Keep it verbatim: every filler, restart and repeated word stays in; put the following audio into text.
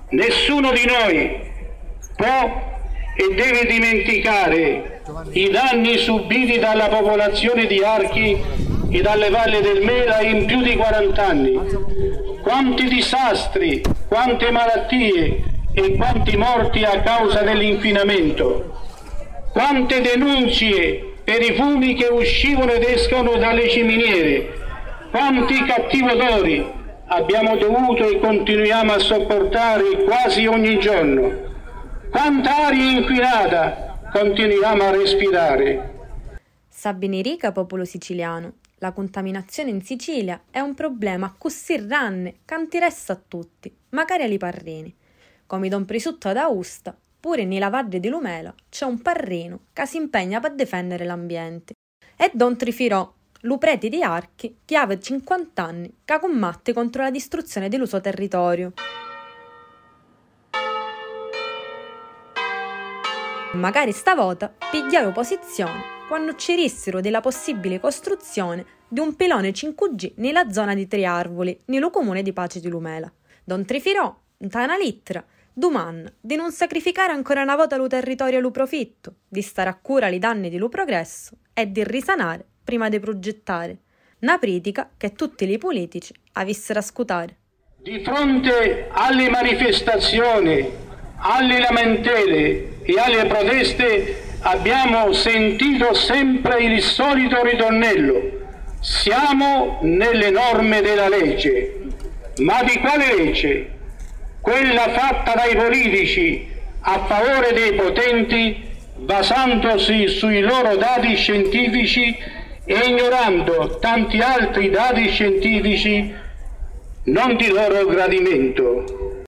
Nessuno di noi può e deve dimenticare i danni subiti dalla popolazione di Archi e dalle valli del Mela in più di quaranta anni. Quanti disastri, quante malattie e quanti morti a causa dell'inquinamento. Quante denunce per i fumi che uscivano ed escono dalle ciminiere. Quanti cattivi odori abbiamo dovuto e continuiamo a sopportare quasi ogni giorno. Quanta aria inquinata continuiamo a respirare. Sabine Rica, popolo siciliano. La contaminazione in Sicilia è un problema a cui si ranne, che interessa a tutti, magari ai parrini. Come Don Prisutto ad Austa, pure nella Valle di Lumela c'è un parrino che si impegna per difendere l'ambiente. E Don Trifirò, lo prete di Archi, che ha cinquanta anni, che combatte contro la distruzione del suo territorio. Magari stavolta pigliare opposizione quando ci rissero della possibile costruzione di un pilone cinque G nella zona di Triarvoli, nello comune di Pace di Lumela. Don Trifirò, da una lettera, domanda di non sacrificare ancora una volta lo territorio e lo profitto, di stare a cura i danni di lo progresso e di risanare prima di progettare. Una critica che tutti i politici avessero a scutare. Di fronte alle manifestazioni, alle lamentele e alle proteste abbiamo sentito sempre il solito ritornello. Siamo nelle norme della legge. Ma di quale legge? Quella fatta dai politici a favore dei potenti, basandosi sui loro dati scientifici e ignorando tanti altri dati scientifici non di loro gradimento.